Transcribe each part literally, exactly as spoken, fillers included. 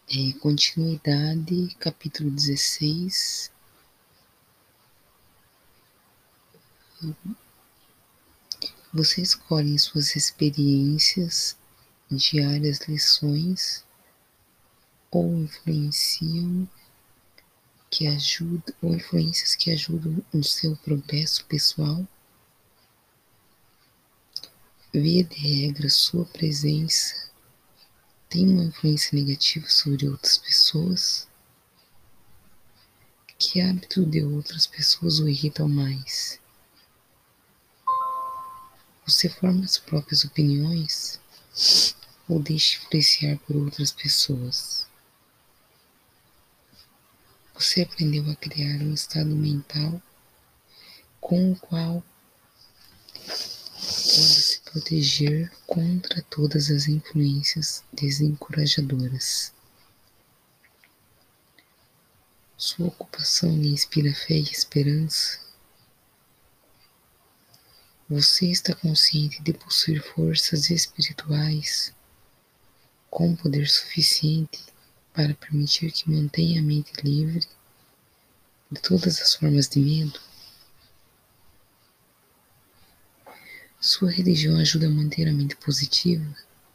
É, continuidade, capítulo dezesseis. Você escolhe suas experiências, diárias lições ou influenciam que ajudam ou influências que ajudam no seu progresso pessoal. Via de regra, sua presença tem uma influência negativa sobre outras pessoas. Que hábito de outras pessoas o irritam mais? Você forma as próprias opiniões ou deixa influenciar por outras pessoas? Você aprendeu a criar um estado mental com o qual pode se proteger contra todas as influências desencorajadoras. Sua ocupação lhe inspira fé e esperança? Você está consciente de possuir forças espirituais com poder suficiente para permitir que mantenha a mente livre de todas as formas de medo? Sua religião ajuda a manter a mente positiva?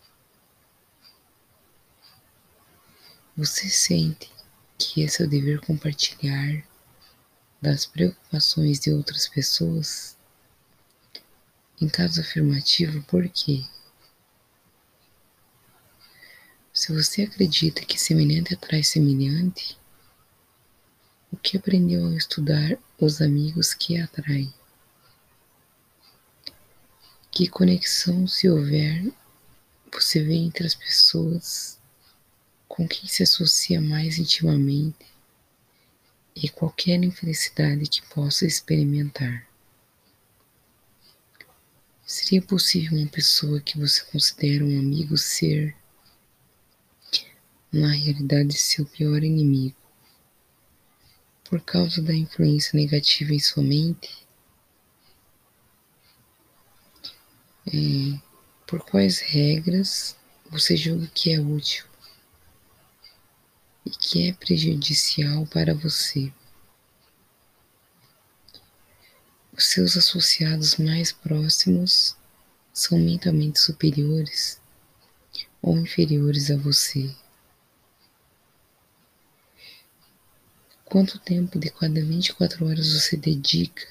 Você sente que é seu dever compartilhar das preocupações de outras pessoas? Em caso afirmativo, por quê? Se você acredita que semelhante atrai semelhante, o que aprendeu ao estudar os amigos que atrai? Que conexão, se houver, você vê entre as pessoas com quem se associa mais intimamente e qualquer infelicidade que possa experimentar? Seria possível uma pessoa que você considera um amigo ser, na realidade, seu pior inimigo, por causa da influência negativa em sua mente? É, por quais regras você julga que é útil e que é prejudicial para você? Os seus associados mais próximos são mentalmente superiores ou inferiores a você? Quanto tempo de cada vinte e quatro horas você dedica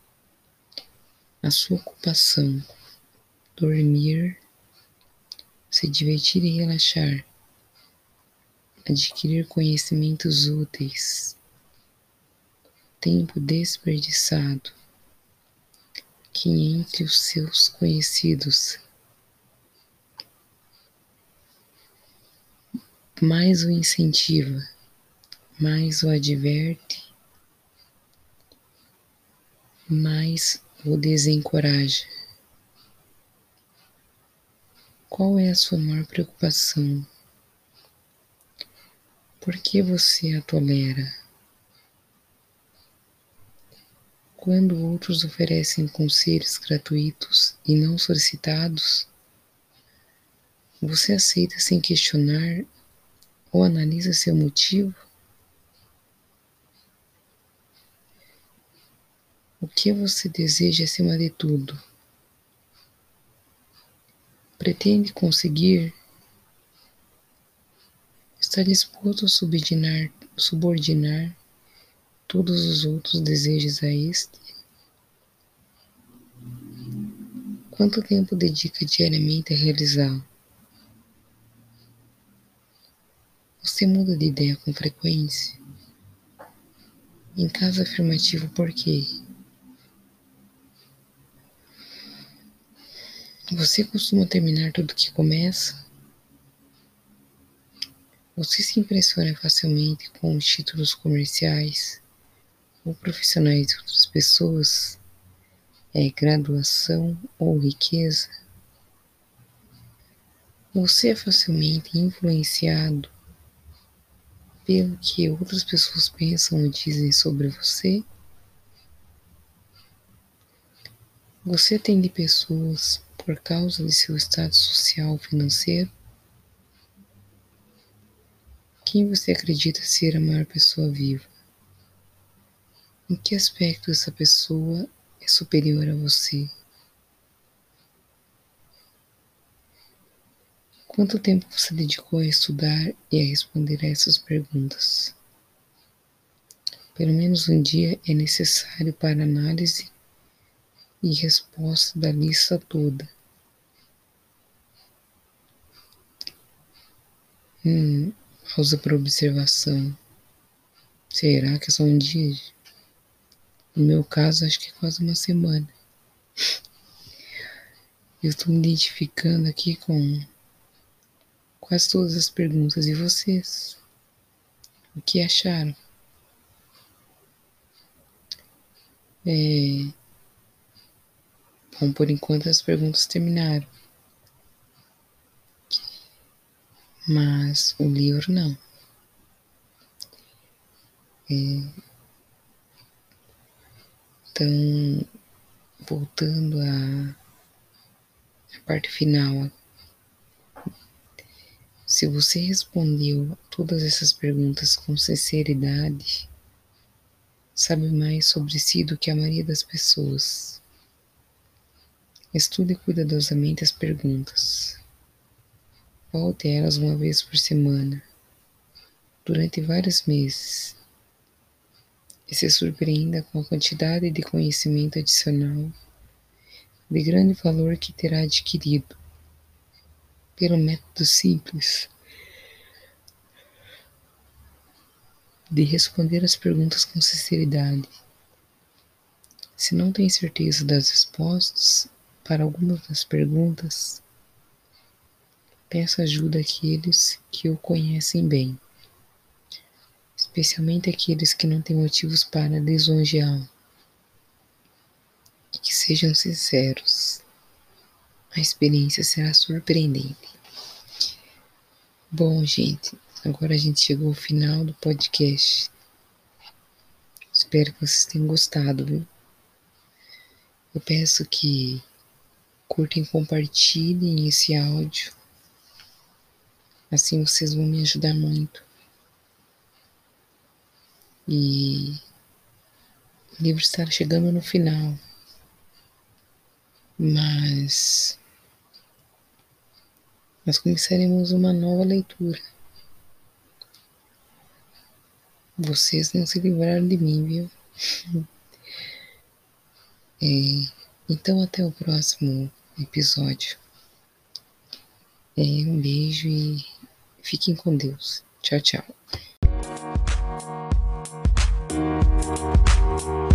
à sua ocupação? Dormir, se divertir e relaxar, adquirir conhecimentos úteis, tempo desperdiçado que entre os seus conhecidos mais o incentiva, mais o adverte, mais o desencoraja? Qual é a sua maior preocupação? Por que você a tolera? Quando outros oferecem conselhos gratuitos e não solicitados, você aceita sem questionar ou analisa seu motivo? O que você deseja acima de tudo? Pretende conseguir? Está disposto a subordinar, subordinar todos os outros desejos a este? Quanto tempo dedica diariamente a realizá-lo? Você muda de ideia com frequência? Em caso afirmativo, por quê? Você costuma terminar tudo que começa? Você se impressiona facilmente com os títulos comerciais ou profissionais de outras pessoas? É graduação ou riqueza? Você é facilmente influenciado pelo que outras pessoas pensam ou dizem sobre você? Você atende pessoas por causa de seu status social ou financeiro? Quem você acredita ser a maior pessoa viva? Em que aspecto essa pessoa é superior a você? Quanto tempo você dedicou a estudar e a responder a essas perguntas? Pelo menos um dia é necessário para análise e resposta da lista toda. Hum, pausa para observação. Será que é só um dia? No meu caso, acho que é quase uma semana. Eu estou me identificando aqui com quase todas as perguntas. E vocês? O que acharam? É... Bom, por enquanto as perguntas terminaram. Mas o livro não. É... Então, voltando à, à parte final, se você respondeu todas essas perguntas com sinceridade, sabe mais sobre si do que a maioria das pessoas. Estude cuidadosamente as perguntas. Volte a elas uma vez por semana, durante vários meses, e se surpreenda com a quantidade de conhecimento adicional de grande valor que terá adquirido pelo método simples de responder as perguntas com sinceridade. Se não tem certeza das respostas para algumas das perguntas, peça ajuda àqueles que o conhecem bem, especialmente aqueles que não têm motivos para lisonjeá-lo, e que sejam sinceros. A experiência será surpreendente. Bom, gente, agora a gente chegou ao final do podcast. Espero que vocês tenham gostado, viu? Eu peço que curtem e compartilhem esse áudio. Assim vocês vão me ajudar muito. E o livro está chegando no final. Mas nós começaremos uma nova leitura. Vocês não se livraram de mim, viu? É, então até o próximo episódio. É, um beijo e fiquem com Deus. Tchau, tchau.